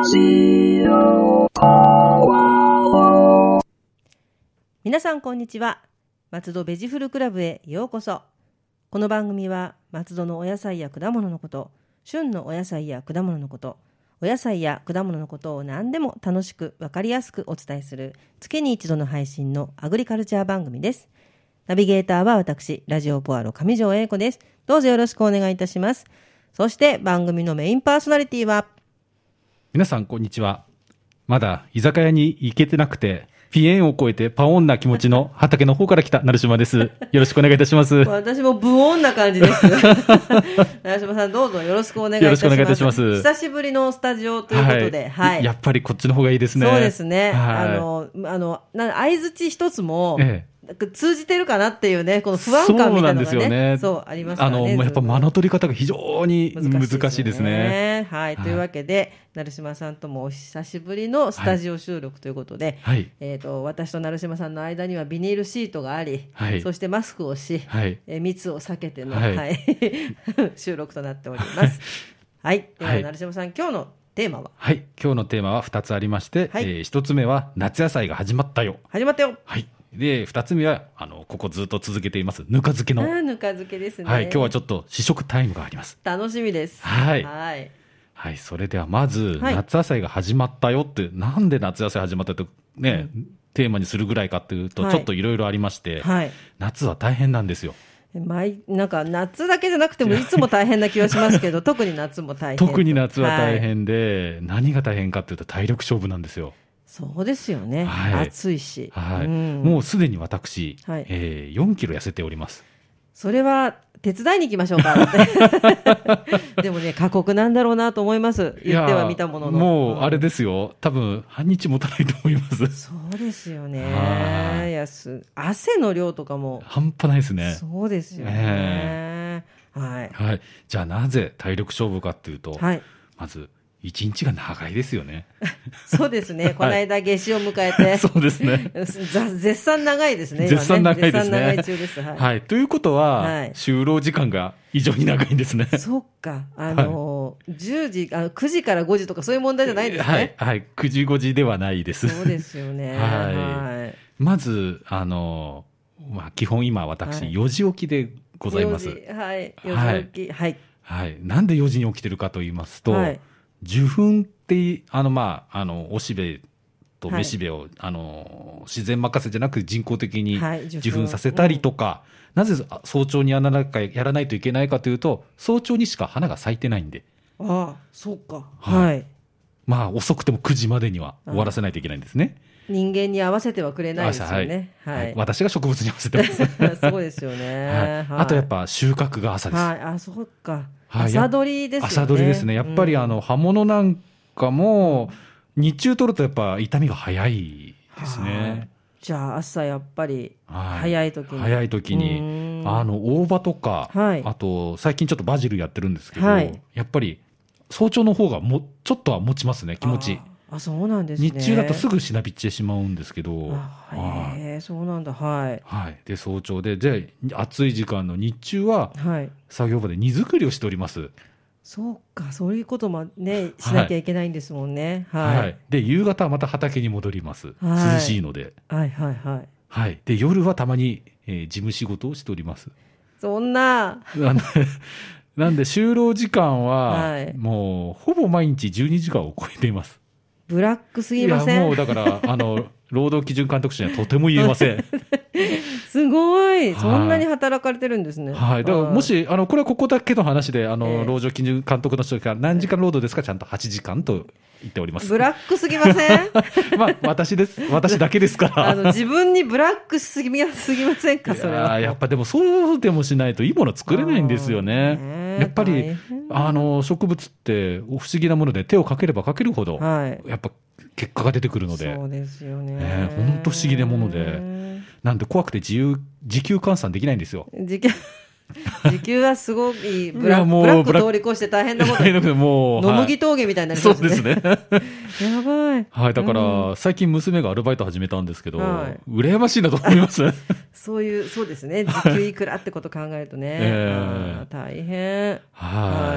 ジオポアロ皆さんこんにちは。松戸ベジフルクラブへようこそ。この番組は松戸のお野菜や果物のこと、旬のお野菜や果物のこと、お野菜や果物のことを何でも楽しく分かりやすくお伝えする月に一度の配信のアグリカルチャー番組です。ナビゲーターは私、ラジオポアロ上条英子です。どうぞよろしくお願いいたします。そして番組のメインパーソナリティは、 皆さんこんにちは。まだ居酒屋に行けてなくてピエンを超えてパオンな気持ちの畑の方から来た成島です。よろしくお願いいたします。 私もブオンな感じです成島さんどうぞよろしくお願いいたします。 よろしくお願いいたします。 久しぶりのスタジオということで、 はい、やっぱりこっちの方がいいですね。 そうですね、 はい、 相槌一つも、通じてるかなっていうね、この不安感みたいなのがね、そうありますからね。 やっぱ間の取り方が非常に難しいですね。 はい、というわけで、成島さんともお久しぶりのスタジオ収録ということで、 はい、 私と成島さんの間にはビニールシートがあり、 はい、 そしてマスクをし、 はい、 密を避けての、 はいはい、収録となっております。はい、では成島さん、今日のテーマは？ はい、今日のテーマは2つありまして、 はい、 1つ目は夏野菜が始まったよ。 始まったよ。 はい。で2つ目はここずっと続けていますぬか漬けのぬか漬けですね。 はい、今日はちょっと試食タイムがあります。 楽しみです。 はい、 はいはい、それではまず、 はい、 夏野菜が始まったよって、なんで夏野菜始まったってね、テーマにするぐらいかっていうと、ちょっといろいろありまして、 はい、 夏は大変なんですよ。 なんか夏だけじゃなくてもいつも大変な気はしますけど特に夏も大変。 特に夏は大変で、何が大変かっていうと体力勝負なんですよ。 そうですよね、 はい、 暑いし、 はい、もうすでに私、 はい、 4キロ痩せております。 それは手伝いに行きましょうかってでもね過酷なんだろうなと思います。言っては見たものの、 もうあれですよ、多分半日持たないと思います。 そうですよね。汗の量とかも半端ないですね。 そうですよね、はい、 はい、じゃあなぜ体力勝負かっていうと、 はい、 まず一日が長いですよね。 そうですね。この間夏至を迎えて、 そうですね。 絶賛長いですね。 絶賛長いですね。 絶賛長い中です。 はい。はい、ということは、はい、就労時間が異常に長いんですね。 そっか。10時、9時から5時とかそういう問題じゃないですね。 はい。はい。9時5時ではないです。 そうですよね。 はい。まず、基本今私、4時起きでございます。 はい。4時起き。はい。 はい。なんで4時に起きてるかと言いますと、はい、受粉っておしべとめしべを、自然任せじゃなく人工的に受粉させたりとか、なぜ早朝にやらないといけないかというと、早朝にしか花が咲いてないんで。 ああ、そうか。 はい。まあ遅くても9時までには終わらせないといけないんですね。 人間に合わせてはくれないですよね。 はい。私が植物に合わせてます。 そうですよね。 はい。あとやっぱ収穫が朝です。 はい。あ、そうか。朝取りですね。 朝取りですね。やっぱり葉物なんかも日中取るとやっぱ傷みが早いですね。 じゃあ朝やっぱり早い時に、 早い時に大葉とか、あと最近ちょっとバジルやってるんですけど、やっぱり早朝の方がちょっとは持ちますね、気持ち。 あ、そうなんですね。 日中だとすぐしなびってしまうんですけど、 そうなんだ。はい。 はい。で早朝で暑い時間の日中は作業場で荷造りをしております。 そうか、そういうこともねしなきゃいけないんですもんね。 はい。で夕方はまた畑に戻ります。涼しいので。 はいはいはい。 はい。で夜はたまに事務仕事をしております。 そんな。 なんで就労時間はもうほぼ毎日12時間を超えています。 ブラックすぎません？ いやもうだから労働基準監督署にはとても言えません。 すごい、そんなに働かれてるんですね。 はい。だからもしこれはここだけの話で労働基準監督の人から何時間労働ですか、ちゃんと8時間と言っております。 ブラックすぎません？ まあ私だけですから。 自分にブラックしすぎませんか、それは。 やっぱでもそうでもしないといいもの作れないんですよね。やっぱり植物って不思議なもので、手をかければかけるほど、やっぱ結果が出てくるので、 そうですよね。 本当不思議なもので、なんで怖くて時給換算できないんですよ。 時給はすごいブラック通り越して大変なこと。もう野麦峠みたいになりますね。 そうですね。 やばい。 はい。だから最近娘がアルバイト始めたんですけど、羨ましいなと思います。 そうですね。時給いくらってこと考えるとね。大変。 はい。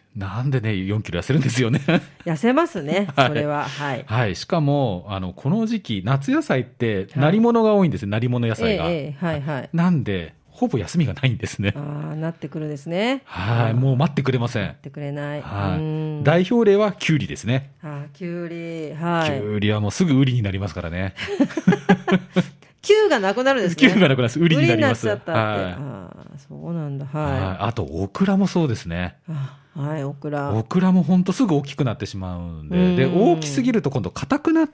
なんでね、4キロ痩せるんですよね。 痩せますね、それは。はい。 はい。しかも、この時期、夏野菜って、鳴り物が多いんですよ、鳴り物野菜が。 はいはい。 なんで、ほぼ休みがないんですね。 ああ、なってくるですね。 はい。もう待ってくれません。 待ってくれない。 はい。代表例はキュウリですね。 キュウリ。はい。 キュウリはもうすぐ売りになりますからね。 キュウがなくなるんですね。 キュウがなくなります。売りになります。 売りになっちゃったって。ああ、そうなんだ。はい。 あと、オクラもそうですね。 はい、オクラ。 オクラも本当すぐ大きくなってしまうんで、で、大きすぎると今度硬くなって、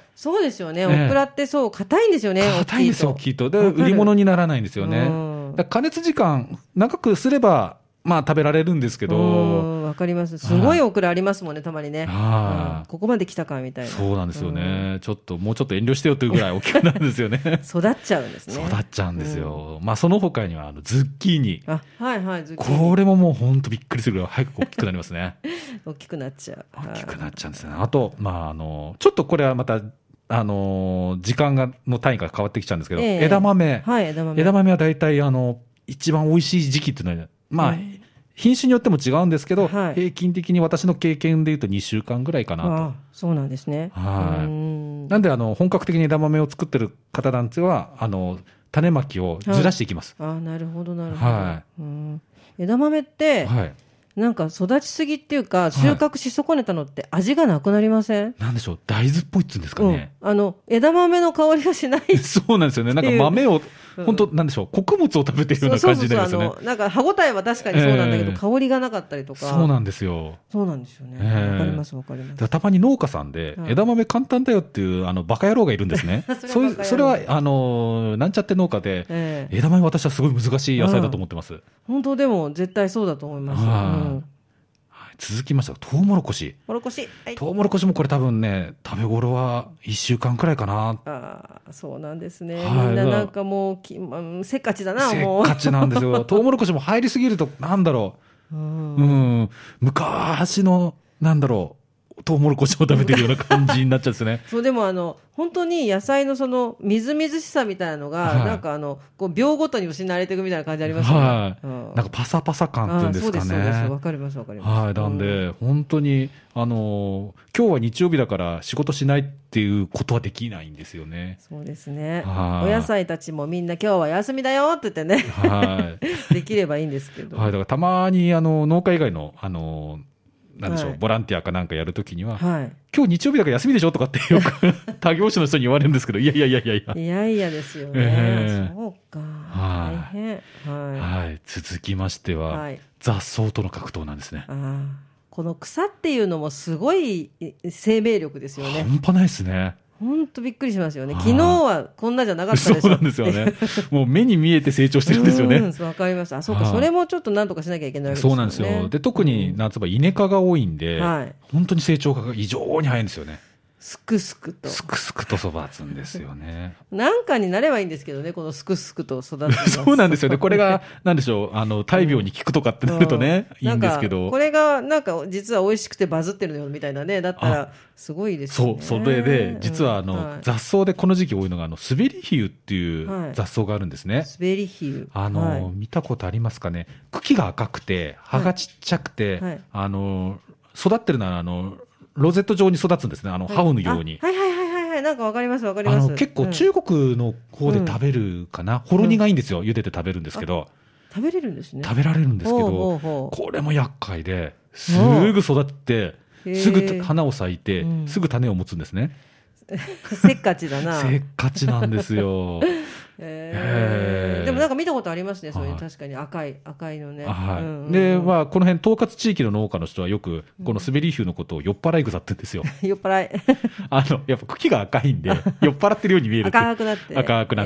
そうですよね。オクラってそう、硬いんですよね。 硬いんですよ、大きいと。で、売り物にならないんですよね。加熱時間長くすれば、まあ食べられるんですけど。 わかります。すごいオクラありますもんね、たまにね。ここまで来たかみたいな。 そうなんですよね。もうちょっと遠慮してよというぐらい大きくなるんですよね。 育っちゃうんですね。 育っちゃうんですよ。まあその他には、ズッキーニ。 はいはい、ズッキーニ。 これももう本当びっくりするぐらい早く大きくなりますね。 大きくなっちゃう。 大きくなっちゃうんですね。あと、まあちょっとこれはまた、時間の単位が変わってきちゃうんですけど、枝豆。 はい、枝豆。 枝豆は大体、一番美味しい時期っていうのは、まあ、品種によっても違うんですけど、平均的に私の経験でいうと2週間ぐらいかなと。 そうなんですね。 はい。なんで、本格的に枝豆を作ってる方なんては、種まきをずらしていきます。 なるほど、なるほど。はい。枝豆って、なんか育ちすぎっていうか、収穫し損ねたのって味がなくなりません？ なんでしょう、大豆っぽいって言うんですかね。 枝豆の香りがしない。 そうなんですよね。なんか豆を、本当なんでしょう、穀物を食べてるような感じなんですよね。 なんか歯ごたえは確かにそうなんだけど、香りがなかったりとか。 そうなんですよ。 そうなんですよね。わかります、わかります。 たまに農家さんで、枝豆簡単だよっていう、バカ野郎がいるんですね。それは、なんちゃって農家で、枝豆私はすごい難しい野菜だと思ってます。 本当でも絶対そうだと思います。 続きましたトウモロコシ。トウモロコシもこれ多分ね、食べ頃は1週間くらいかな。 そうなんですね。みんななんかもう、せっかちだな、もう。 せっかちなんですよ。トウモロコシも入りすぎると、なんだろう。昔の、なんだろう。トウモロコシを食べてるような感じになっちゃうんですね。 そう、でも本当に野菜のそのみずみずしさみたいなのが、なんかこう秒ごとに失われていくみたいな感じありますよね。 なんかパサパサ感っていうんですかね。 そうです。わかります、わかります。 なんで、本当に、今日は日曜日だから仕事しないっていうことはできないんですよね。 そうですね。お野菜たちもみんな今日は休みだよって言ってね。できればいいんですけど。 だからたまに農家以外の、なんでしょう、ボランティアかなんかやるときには、今日日曜日だから休みでしょとかってよく他業種の人に言われるんですけど、いやですよね。そうか。大変。 続きましては、雑草との格闘なんですね。 この草っていうのもすごい生命力ですよね。 半端ないですね。 本当びっくりしますよね。昨日はこんなじゃなかったでしょ。 そうなんですよね。もう目に見えて成長してるんですよね。 わかります。そうか、それもちょっとなんとかしなきゃいけないわけですよね。 そうなんですよ。で、特に夏場、イネ科が多いんで、本当に成長が異常に早いんですよね。 すくすくと。 すくすくと育つんですよね。 なんかになればいいんですけどね、このすくすくと育つ。 そうなんですよね。これが、なんでしょう、大病に効くとかってなるとね、いいんですけど。 これが、なんか、実は美味しくてバズってるのよ、みたいなね。だったら、すごいですよね。 そう、それで、実は、雑草でこの時期多いのが、スベリヒユっていう雑草があるんですね。 スベリヒユ。 見たことありますかね。茎が赤くて、葉がちっちゃくて、育ってるのは、ロゼット状に育つんですね。ハウのように。 なんかわかります、わかります。 結構中国の方で食べるかな。ほろ苦いんですよ。茹でて食べるんですけど。 食べれるんですね。 食べられるんですけど、これも厄介で、すぐ育って、すぐ花を咲いて、すぐ種を持つんですね。 せっかちだな。 せっかちなんですよ。 でもなんか見たことありますね、そういう確かに赤いのね。 で、まあ、この辺、統括地域の農家の人はよく、このスベリヒユのことを酔っ払い草って言うんですよ。 酔っ払い。 やっぱ茎が赤いんで、酔っ払ってるように見える。 赤くなって。 赤くなって。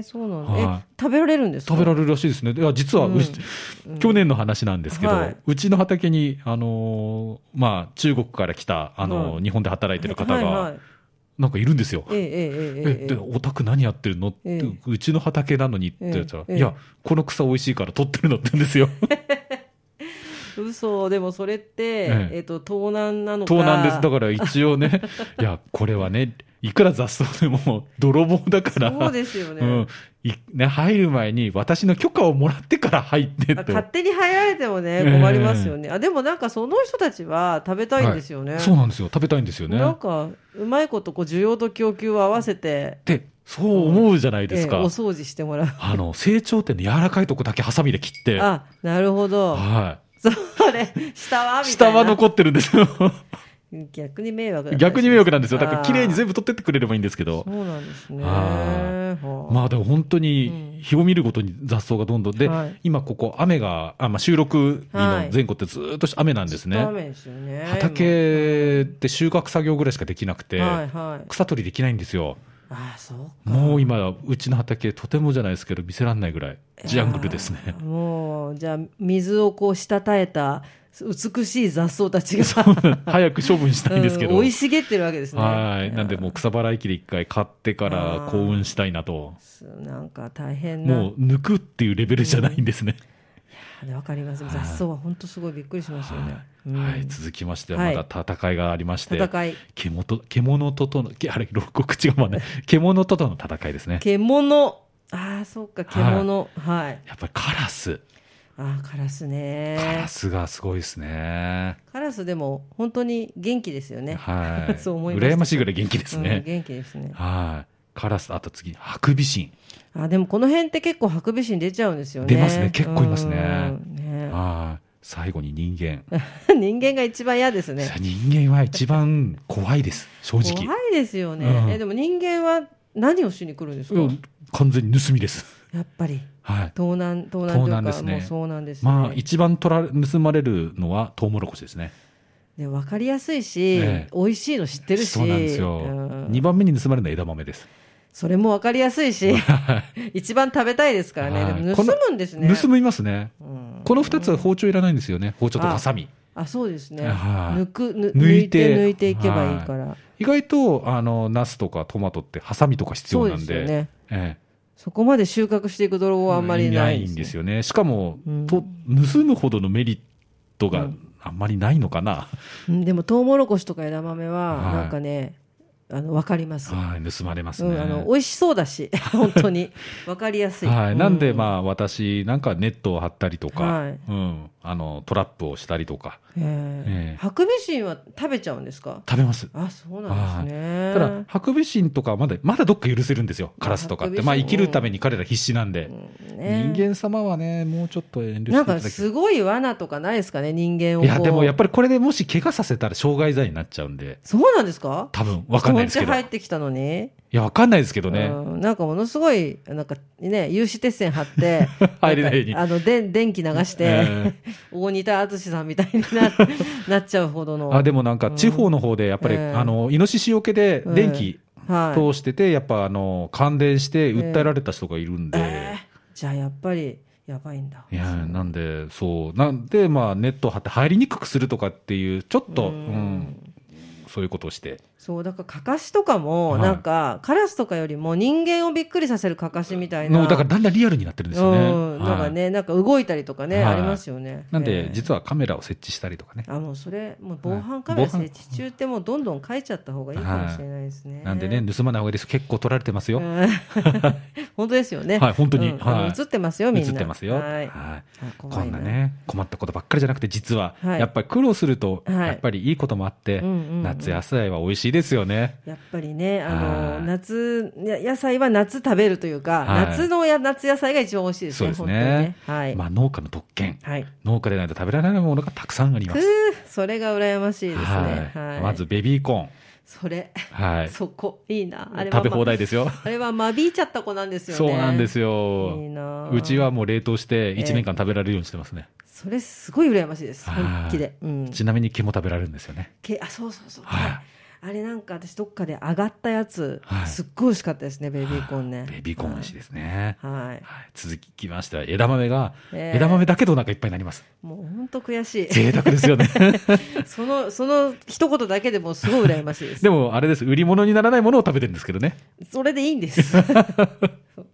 そうなんだ。食べられるんですか？ 食べられるらしいですね。いや、実は、去年の話なんですけど、うちの畑に、まあ、中国から来た、日本で働いてる方が、なんかいるんですよ。で、お宅何やってるのって、うちの畑なのにって言ったら、いや、この草美味しいから取ってるのって言うんですよ。 嘘、でもそれって、盗難なのか。 盗難です。だから一応ね、いや、これはね、 いくら雑草でも泥棒だから。 そうですよね。 入る前に私の許可をもらってから入ってと。 勝手に入られてもね、困りますよね。でもなんかその人たちは食べたいんですよね。 そうなんですよ。食べたいんですよね。 なんか、うまいこと需要と供給を合わせて。 で、そう思うじゃないですか。 お掃除してもらう。 成長点の柔らかいとこだけハサミで切って。 あ、なるほど。 はい。 それ、下はみたいな。 下は残ってるんですよ。 逆に迷惑なんですよ。だから綺麗に全部取ってってくれればいいんですけど。 そうなんですね。 まあでも本当に日を見るごとに雑草がどんどんで、今ここ雨が、収録日の前後ってずっと雨なんですね。 雨ですよね。 畑って収穫作業ぐらいしかできなくて、草取りできないんですよ。 ああ、そうか。 もう今、うちの畑とてもじゃないですけど見せられないぐらいジャングルですね。 もう、じゃあ水を滴えた美しい雑草たちが早く処分したいんですけど、 生い茂ってるわけですね。 はい。なんでもう草払い機で一回買ってから幸運したいなと。 なんか大変な。 もう抜くっていうレベルじゃないんですね。 わかります。雑草は本当すごいびっくりしますよね。 はい。続きましてはまた戦いがありまして、獣との口が獣との戦いですね。 獣。ああ、そうか、獣。はい。 やっぱりカラス。 カラスね。 カラスがすごいですね。 カラスでも本当に元気ですよね。 はい。 そう思います。 羨ましいぐらい元気ですね。 元気ですね。 はい。カラス、あと次、ハクビシン。でもこの辺って結構ハクビシン出ちゃうんですよね。 出ますね。結構いますね。はい。最後に人間。 人間が一番嫌ですね。 人間は一番怖いです。正直。 怖いですよね。でも人間は何をしに来るんですか？ 完全に盗みです。 やっぱり。 はい。 盗難というか、もうそうなんですね。 一番盗まれるのはトウモロコシですね。 で、分かりやすいし、美味しいの知ってるし。 そうなんですよ。2番目に盗まれるのは枝豆です。 それも分かりやすいし、一番食べたいですからね。でも盗むんですね。 盗みますね。この2つは包丁いらないんですよね。包丁とハサミ。 そうですね。 抜いていけばいいから。 意外と、ナスとかトマトってハサミとか必要なんで。そうですよね。 そこまで収穫していく泥棒はあんまりないんですよね。しかも、盗むほどのメリットがあんまりないのかな。 でもトウモロコシとか枝豆はなんかね、わかります。 はい、盗まれますね。 美味しそうだし、本当にわかりやすい。 はい、なんで私なんかネットを張ったりとか、トラップをしたりとか。 ハクビシンは食べちゃうんですか？ 食べます。 そうなんですね。 ただハクビシンとかまだどっか許せるんですよ。カラスとかって生きるために彼ら必死なんで。人間様はね、もうちょっと遠慮していただきたい。 なんかすごい罠とかないですかね、人間を。 いやでもやっぱりこれでもし怪我させたら傷害罪になっちゃうんで。 そうなんですか？ 多分わかんないですけど。 入ってきたのに。 いやわかんないですけどね。 なんかものすごいなんかね、有刺鉄線貼って入れないように電気流して大仁田敦さんみたいになっちゃうほどの。 でもなんか地方の方でやっぱりイノシシよけで電気通しててやっぱ感電して訴えられた人がいるんで。 じゃあやっぱり。やばいんだ。 いやなんでネットを張って入りにくくするとかっていうちょっとそういうことをして。 そうだからカカシとかもなんか、カラスとかよりも人間をびっくりさせるカカシみたいな。 だからだんだんリアルになってるんですよね。 なんかね、なんか動いたりとかね、ありますよね。 なんで実はカメラを設置したりとかね。 もうそれもう防犯カメラ設置中ってもうどんどん書いちゃった方がいいかもしれないですね。 なんでね、盗まない方がいいです。結構撮られてますよ。 本当ですよね。 はい、本当に。 映ってますよみんな。 映ってますよ。はい。こんなね困ったことばっかりじゃなくて実はやっぱり苦労するとやっぱりいいこともあって夏野菜は美味しいですよね。 やっぱりね、夏野菜は夏食べるというか、夏野菜が一番美味しいですね。 そうですね。農家の特権。農家でないと食べられないものがたくさんあります。 それが羨ましいですね。 まずベビーコーン。 それ、そこいいな。 あれは食べ放題ですよ。 あれは間引いちゃった子なんですよね。 そうなんですよ。 いいな。 うちはもう冷凍して1年間食べられるようにしてますね。 それすごい羨ましいです。本気で。 ちなみに毛も食べられるんですよね。 そうそうそう。あれなんか私どっかで揚がったやつ、すっごい美味しかったですね、ベビーコーンね。 ベビーコーン美味しいですね。 はい。 続きましては枝豆が、枝豆だけどお腹いっぱいになります。 もう本当悔しい。 贅沢ですよね。 その一言だけでもすごい羨ましいです。 でもあれです、売り物にならないものを食べてるんですけどね。 それでいいんです。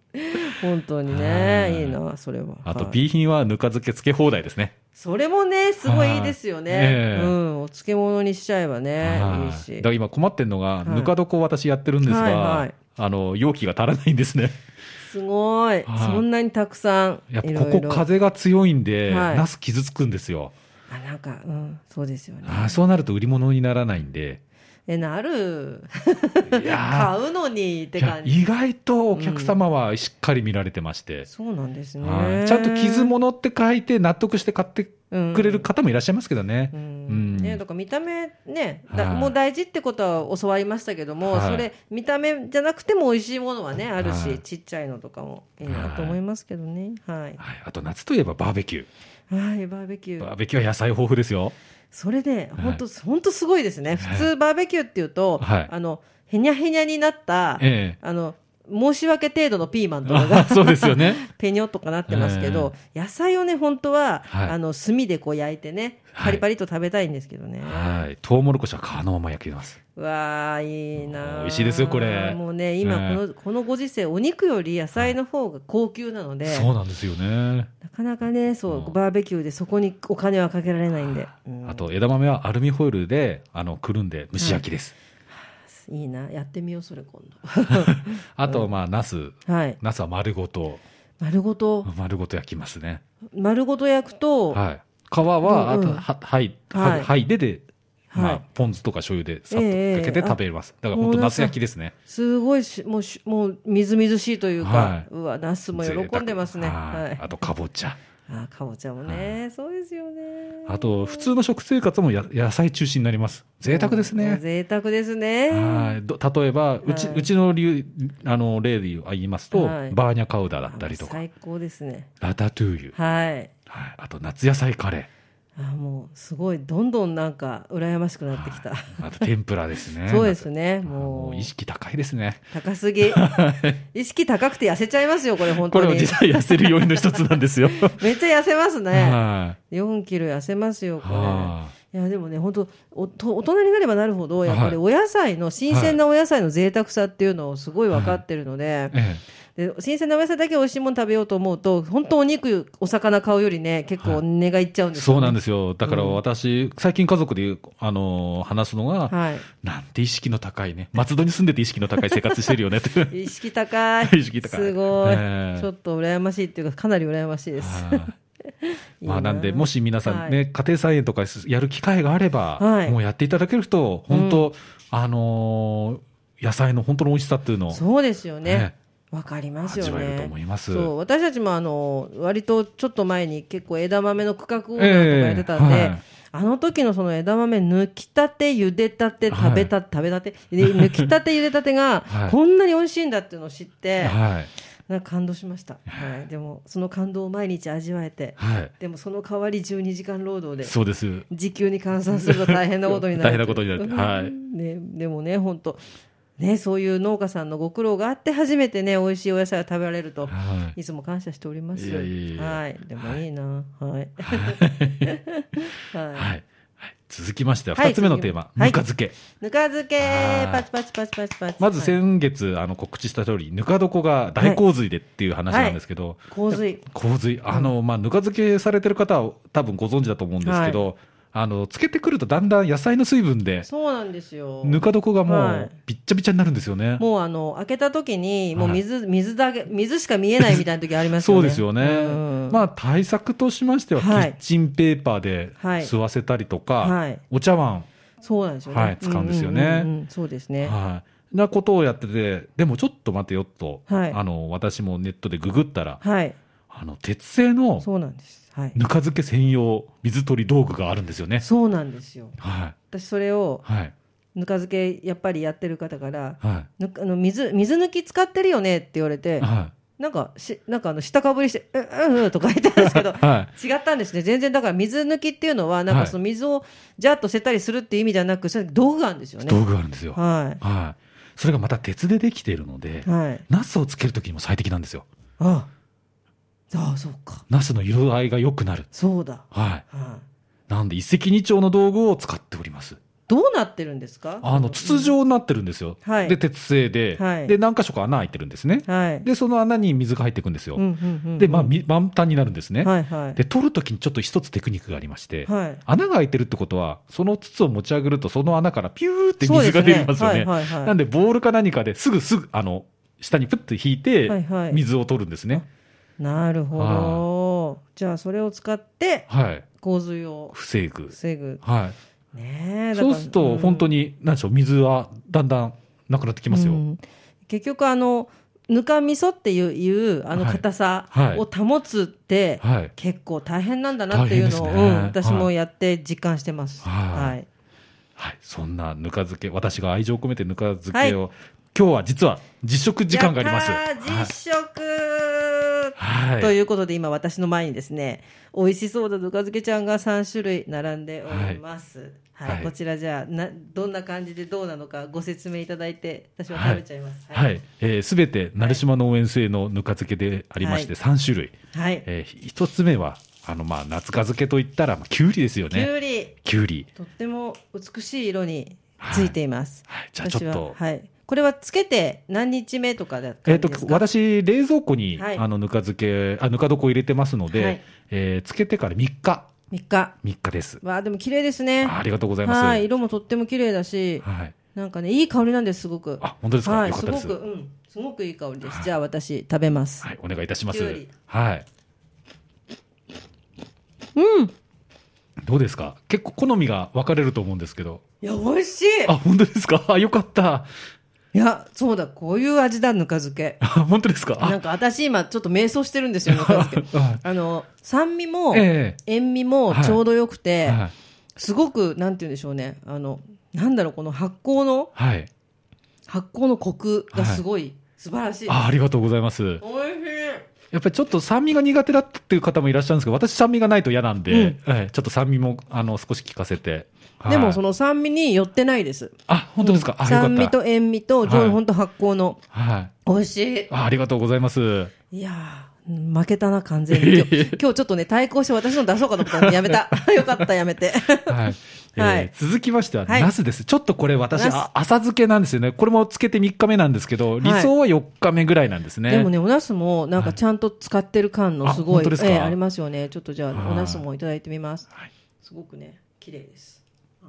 本当にね、いいな、それは。 あと B 品はぬか漬けつけ放題ですね。 それもね、すごいいいですよね。お漬物にしちゃえばね、いいし。 だから今困ってるのが、ぬか床を私やってるんですが、容器が足らないんですね。 すごい。そんなにたくさん。 やっぱここ風が強いんで、ナス傷つくんですよ。 なんか、そうですよね。 そうなると売り物にならないんで。 なる。買うのにって感じ。 意外とお客様はしっかり見られてまして。 そうなんですね。 ちゃんと傷物って書いて納得して買ってくれる方もいらっしゃいますけどね。 だから見た目ね、もう大事ってことは教わりましたけども、それ見た目じゃなくても美味しいものはね、あるし、ちっちゃいのとかもいいなと思いますけどね。 あと夏といえばバーベキュー。 バーベキュー。 バーベキューは野菜豊富ですよ。 それで、本当すごいですね。普通バーベキューっていうと、へにゃへにゃになった、申し訳程度のピーマンとかがそうですよね。 ペニョとかなってますけど、野菜をね、本当は、炭でこう焼いてね、パリパリと食べたいんですけどね。 トウモロコシは皮のまま焼きます。 うわー、いいな。 美味しいですよ、これ。 もうね、今このご時世、お肉より野菜の方が高級なので。 そうなんですよね。 なかなかね、バーベキューでそこにお金はかけられないんで。 あと、枝豆はアルミホイルで、くるんで蒸し焼きです。 いいな、やってみよう、それ今度。あと、ナス。ナスは丸ごと焼きますね。 丸ごと焼くと、 皮は、あと、剥いで、ポン酢とか醤油でさっとかけて食べます。だから本当ナス焼きですね。 すごいもうみずみずしいというか、うわ、ナスも喜んでますね。 あと、かぼちゃ。 かぼちゃもね、そうですよね。 あと、普通の食生活も野菜中心になります。贅沢ですね。 贅沢ですね。 例えば、うちの例で言いますと、バーニャカウダだったりとか。 最高ですね。 ラタトゥーユ。あと、夏野菜カレー。 もうすごいどんどんなんか羨ましくなってきた。 あと天ぷらですね。 そうですね。もう意識高いですね。 高すぎ。意識高くて痩せちゃいますよ、これ本当に。 これも実は痩せる要因の一つなんですよ。 めっちゃ痩せますね。4キロ痩せますよ、これ。いやでもね、本当大人になればなるほど、やっぱりお野菜の新鮮なお野菜の贅沢さっていうのをすごい分かってるので。で新鮮なお野菜だけ美味しいもの食べようと思うと、本当お肉、お魚買うよりね、結構値がいっちゃうんですよね。 そうなんですよ。だから私、最近家族で話すのが、なんて意識の高いね。松戸に住んでて意識の高い生活してるよねって。 意識高い。 意識高い。 すごい。ちょっと羨ましいっていうか、かなり羨ましいです。 なんで、もし皆さんね、家庭菜園とかやる機会があれば、もうやっていただけると、本当、野菜の本当の美味しさっていうのを。 そうですよね。わかりますよね。 味わえると思います。 そう、私たちも割とちょっと前に結構枝豆の区画オーナーとかやってたんで、あの時のその枝豆抜きたて、茹でたて、食べたて、抜きたて、茹でたてがこんなに美味しいんだっていうのを知って、なんか感動しました。でもその感動を毎日味わえて、でもその代わり12時間労働で、 そうです。 時給に換算すると大変なことになる。 大変なことになる。 でもね、本当。ね、そういう農家さんのご苦労があって初めてね、美味しいお野菜を食べられると、いつも感謝しております。でもいいな。 続きましては2つ目のテーマ、ぬか漬け。 ぬか漬け、パチパチパチパチパチ。 まず先月告知した通り、ぬか床が大洪水でっていう話なんですけど、 洪水。 ぬか漬けされてる方は多分ご存知だと思うんですけど、つけてくるとだんだん野菜の水分で、 そうなんですよ。 ぬか床がもうびっちゃびちゃになるんですよね。 もう開けた時にもう水しか見えないみたいな時ありますよね。 そうですよね。対策としましてはキッチンペーパーで吸わせたりとか、お茶碗、 そうなんですよね。 使うんですよね。 そうですね。 なことをやってて、でもちょっと待てよと、私もネットでググったら、鉄製の、そうなんです。ぬか漬け専用水取り道具があるんですよね。 そうなんですよ。私それを、ぬか漬けやっぱりやってる方から、水抜き使ってるよねって言われて、なんか下かぶりしてとか言ってたんですけど、違ったんですね。全然だから水抜きっていうのはなんかその水をジャッと捨てたりするっていう意味じゃなく、それ道具があるんですよね。 道具があるんですよ。それがまた鉄でできているので、ナスをつけるときにも最適なんですよ。 そうか。 ナスの色合いが良くなる。 そうだ。 なんで一石二鳥の道具を使っております。 どうなってるんですか？ 筒状になってるんですよ。 はい、 で、鉄製で、はい、で、何箇所か穴開いてるんですね。はい、で、その穴に水が入っていくんですよ。で、満タンになるんですね。はいはい、で、取るときにちょっと一つテクニックがありまして、はい、穴が開いてるってことは、その筒を持ち上げると、その穴からピューって水が出てますよね。なんで、ボールか何かですぐ、下にプッと引いて、水を取るんですね。はいはい、 なるほど。じゃあ、それを使って、洪水を防ぐ。 はい。ね、そうすると、本当に、なんでしょう、水はだんだんなくなってきますよ。 結局、ぬかみそっていう硬さを保つって、結構大変なんだなっていうのを、私もやって実感してます。はい。 はい。そんなぬか漬け、私が愛情を込めてぬか漬けを、今日は実は実食時間があります。 実食、ということで、今私の前にですね、美味しそうなぬか漬けちゃんが3種類並んでおります。はい。こちらじゃあどんな感じでどうなのかご説明いただいて、私は食べちゃいます。 はい。すべて成島農園製のぬか漬けでありまして、3種類。はい。1つ目は、夏か漬けといったら、きゅうりですよね。きゅうり。 とっても美しい色についています。 はい。じゃあちょっと。 はい。これはつけて何日目とかだったんですか？ 私、冷蔵庫に、ぬか漬け、ぬか床入れてますので、つけてから3日。3日です。 わあ、でも綺麗ですね。 ありがとうございます。 はい。色もとっても綺麗だし、なんかね、いい香りなんです、すごく。 あ、本当ですか？はい。よかったです。 すごくいい香りです。じゃあ私、食べます。 はい。お願いいたします。はい。どうですか？結構好みが分かれると思うんですけど。 いや、美味しい。 あ、本当ですか？よかった。 いや、そうだ、こういう味だ、ぬか漬け。 本当ですか？ なんか私今ちょっと迷走してるんですよ、ぬか漬け。酸味も、塩味もちょうどよくて、すごく、なんて言うんでしょうね。なんだろう、この発酵のコクがすごい素晴らしい。 ありがとうございます。 美味しい。 やっぱりちょっと酸味が苦手だっていう方もいらっしゃるんですけど、私酸味がないと嫌なんで、ちょっと酸味も少し効かせて。 でもその酸味に寄ってないです。 あ、本当ですか？ 酸味と塩味と、本当発酵の。美味しい。 ありがとうございます。 いやー、負けたな、完全に。今日ちょっとね、対抗して私の出そうかと思ったらやめた。よかった、やめて。 続きましては、ナスです。ちょっとこれ私、浅漬けなんですよね。これもつけて3日目なんですけど、理想は4日目ぐらいなんですね。 でもね、おナスもなんかちゃんと使ってる感のすごい、ありますよね。ちょっとじゃあ、おナスもいただいてみます。すごくね、綺麗です。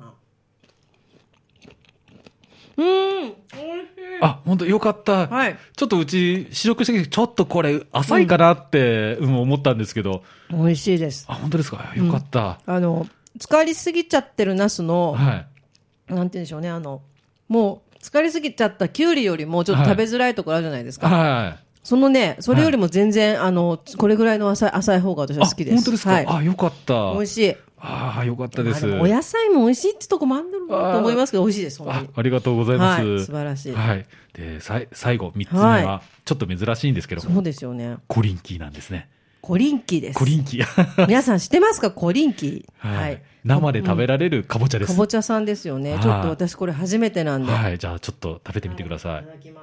美味しい。 本当よかった。ちょっとうち試食してきて、ちょっとこれ浅いかなって思ったんですけど。 美味しいです。 本当ですか？よかった。 浸かりすぎちゃってるナスの、なんて言うんでしょうね、もう浸かりすぎちゃったキュウリよりもちょっと食べづらいところあるじゃないですか。そのね、それよりも全然、これぐらいの浅い方が私は好きです。 本当ですか？よかった。 美味しい。 よかったです。 お野菜も美味しいってとこもあるんだろうなと思いますけど、美味しいです。 ありがとうございます。 素晴らしい。 で、最後、3つ目は、ちょっと珍しいんですけど、 そうですよね。 コリンキーなんですね。 コリンキーです。 コリンキー。 皆さん知ってますか？コリンキー。生で食べられるかぼちゃです。 かぼちゃさんですよね。ちょっと私これ初めてなんで。 じゃあちょっと食べてみてください。 いただきます。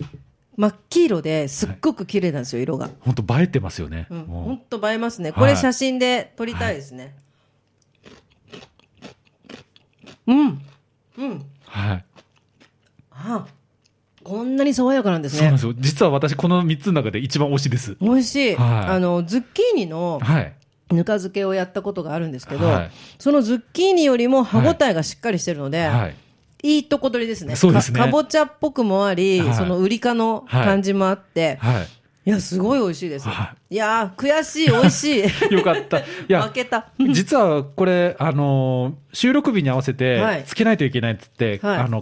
真っ黄色ですっごく綺麗なんですよ、色が。 本当映えてますよね。 本当映えますね。これ写真で撮りたいですね。こんなに爽やかなんですね。 そうなんですよ。実は私この3つの中で一番推しです。 美味しい。ズッキーニのぬか漬けをやったことがあるんですけど、そのズッキーニよりも歯ごたえがしっかりしてるので、いいとこ取りですね。 そうですね。 かぼちゃっぽくもあり、そのウリ科の感じもあって、いや、すごい美味しいです。いやー、悔しい、美味しい。 よかった。いや、 負けた。 実はこれ、収録日に合わせて、つけないといけないって言って、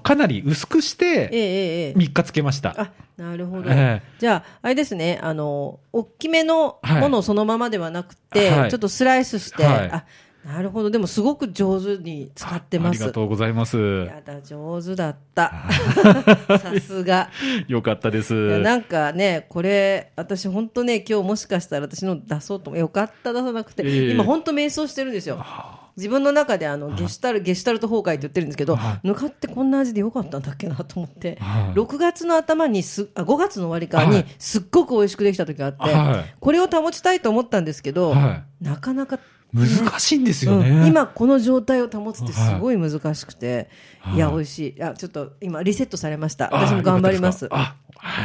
かなり薄くして、3日つけました。 なるほど。じゃあ、あれですね、大きめのものをそのままではなくて、ちょっとスライスして、なるほど。でもすごく上手に使ってます。 ありがとうございます。 やだ、上手だった。さすが。 よかったです。 なんかね、これ、私本当ね、今日もしかしたら私の出そうとも、よかった出さなくて、今本当迷走してるんですよ。自分の中でゲシュタルト崩壊って言ってるんですけど、ぬかってこんな味でよかったんだっけなと思って、6月の頭に5月の終わりからにすっごく美味しくできた時があって、これを保ちたいと思ったんですけど、なかなか難しいんですよね。 今この状態を保つってすごい難しくて、いや美味しい。ちょっと今リセットされました。私も頑張ります。はい。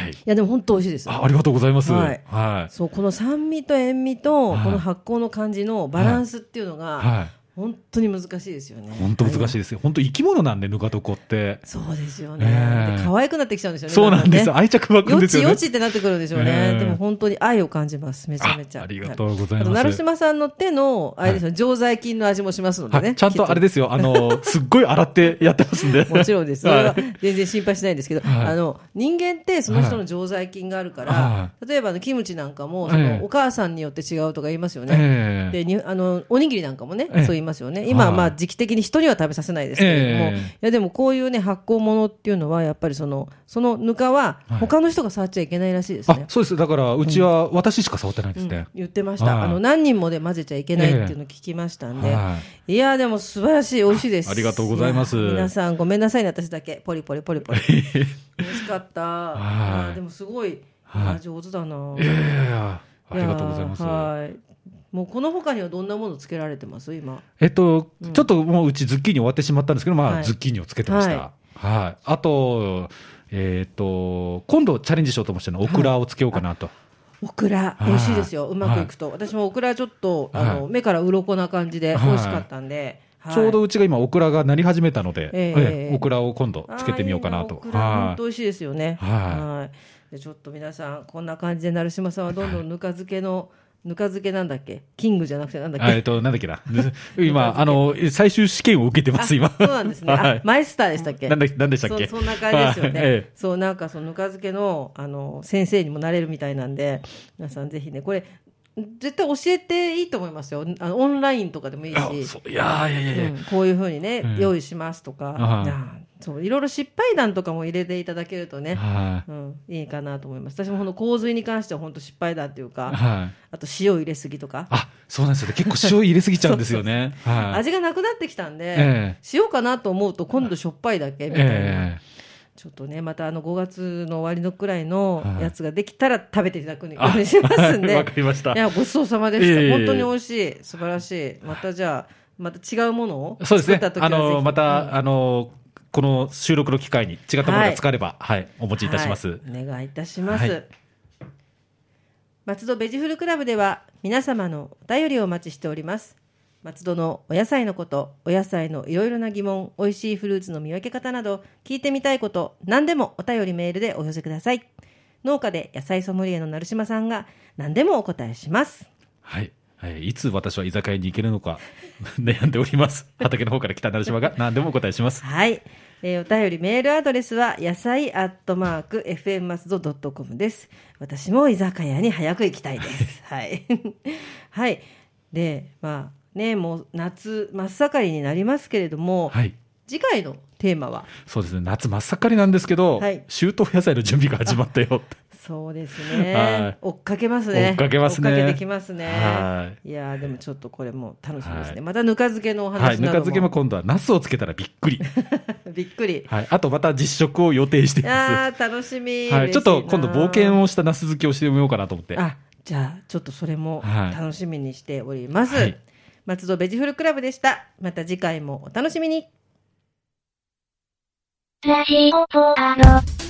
いやでも本当美味しいです。 ありがとうございます。はい。 そう、この酸味と塩味とこの発酵の感じのバランスっていうのが本当に難しいですよね。 本当難しいですよ。本当生き物なんで、ぬか床って。 そうですよね。可愛くなってきちゃうんですよね。 そうなんです。愛着湧くんですよね。 よちってなってくるんでしょうね。でも本当に愛を感じます。めちゃめちゃ。 ありがとうございます。 成島さんの手の、あれですよ、常在菌の味もしますのでね。 ちゃんとあれですよ。すっごい洗ってやってますんで。 もちろんです。それは全然心配しないんですけど、人間ってその人の常在菌があるから、例えばキムチなんかも、お母さんによって違うとか言いますよね。で、おにぎりなんかもね、そう言いますよね。今時期的に人には食べさせないですけれども、いやでもこういうね発酵物っていうのはやっぱりそのぬかは他の人が触っちゃいけないらしいですね。 そうです。だからうちは私しか触ってないですね。 言ってました。何人もで混ぜちゃいけないっていうのを聞きましたんで、いやでも素晴らしい、美味しいです。 ありがとうございます。 皆さんごめんなさいね、私だけポリポリポリポリ。美味しかった。でもすごい上手だな。 ありがとうございます。 もうこの他にはどんなものつけられてます今？ ちょっともううちズッキーニ終わってしまったんですけど、ズッキーニをつけてました。あと、今度チャレンジしようと思ってるのオクラをつけようかなと。 オクラ美味しいですよ。うまくいくと。私もオクラちょっと目から鱗な感じで美味しかったんで。 ちょうどうちが今オクラがなり始めたので、オクラを今度つけてみようかなと。 オクラ本当美味しいですよね。ちょっと皆さんこんな感じで成島さんはどんどんぬか漬けなんだっけ、キングじゃなくてなんだっけ、 なんだっけな今最終試験を受けてます今。 そうなんですね。マイスターでしたっけ。 なんでしたっけ。 そんな感じですよね。そう、なんかそのぬか漬けの先生にもなれるみたいなんで、皆さんぜひねこれ絶対教えていいと思いますよ。オンラインとかでもいいし、 いやこういう風にね、用意しますとか、そういろいろ失敗談とかも入れていただけるとね、いいかなと思います。私もこの洪水に関しては本当失敗談っていうか、あと塩入れすぎとか。 そうなんですよ。結構塩入れすぎちゃうんですよね。 味がなくなってきたんで、塩かなと思うと今度しょっぱいだけみたいな。ちょっとね、また5月の終わりのくらいのやつができたら食べていただくにお願いしますんで。 わかりました。 いや、ごちそうさまでした。本当に美味しい。素晴らしい。またじゃあ、また違うものを作った時はぜひ。 そうですね。また、この収録の機会に違ったものが使えれば、お持ちいたします。 お願いいたします。松戸ベジフルクラブでは皆様のお便りをお待ちしております。松戸のお野菜のこと、お野菜のいろいろな疑問、おいしいフルーツの見分け方など、聞いてみたいこと、何でもお便りメールでお寄せください。農家で野菜ソムリエの成島さんが何でもお答えします。 いつ私は居酒屋に行けるのか悩んでおります。畑の方から来た成島が何でもお答えします。 お便りメールアドレスは野菜@fm松戸.com です。私も居酒屋に早く行きたいです。で、もう夏真っ盛りになりますけれども、次回のテーマは、 そうですね、夏真っ盛りなんですけど、秋冬野菜の準備が始まったよ。 そうですね。追っかけますね。 追っかけてきますね。いやでもちょっとこれも楽しみですね。またぬか漬けのお話なども。 ぬか漬けも今度はナスをつけたらびっくり。 びっくり。 あとまた実食を予定しています。 楽しみ。 ちょっと今度冒険をしたナス漬けをしてみようかなと思って。 じゃあちょっとそれも楽しみにしております。松戸ベジフルクラブでした。また次回もお楽しみに。 ラジオポアロ。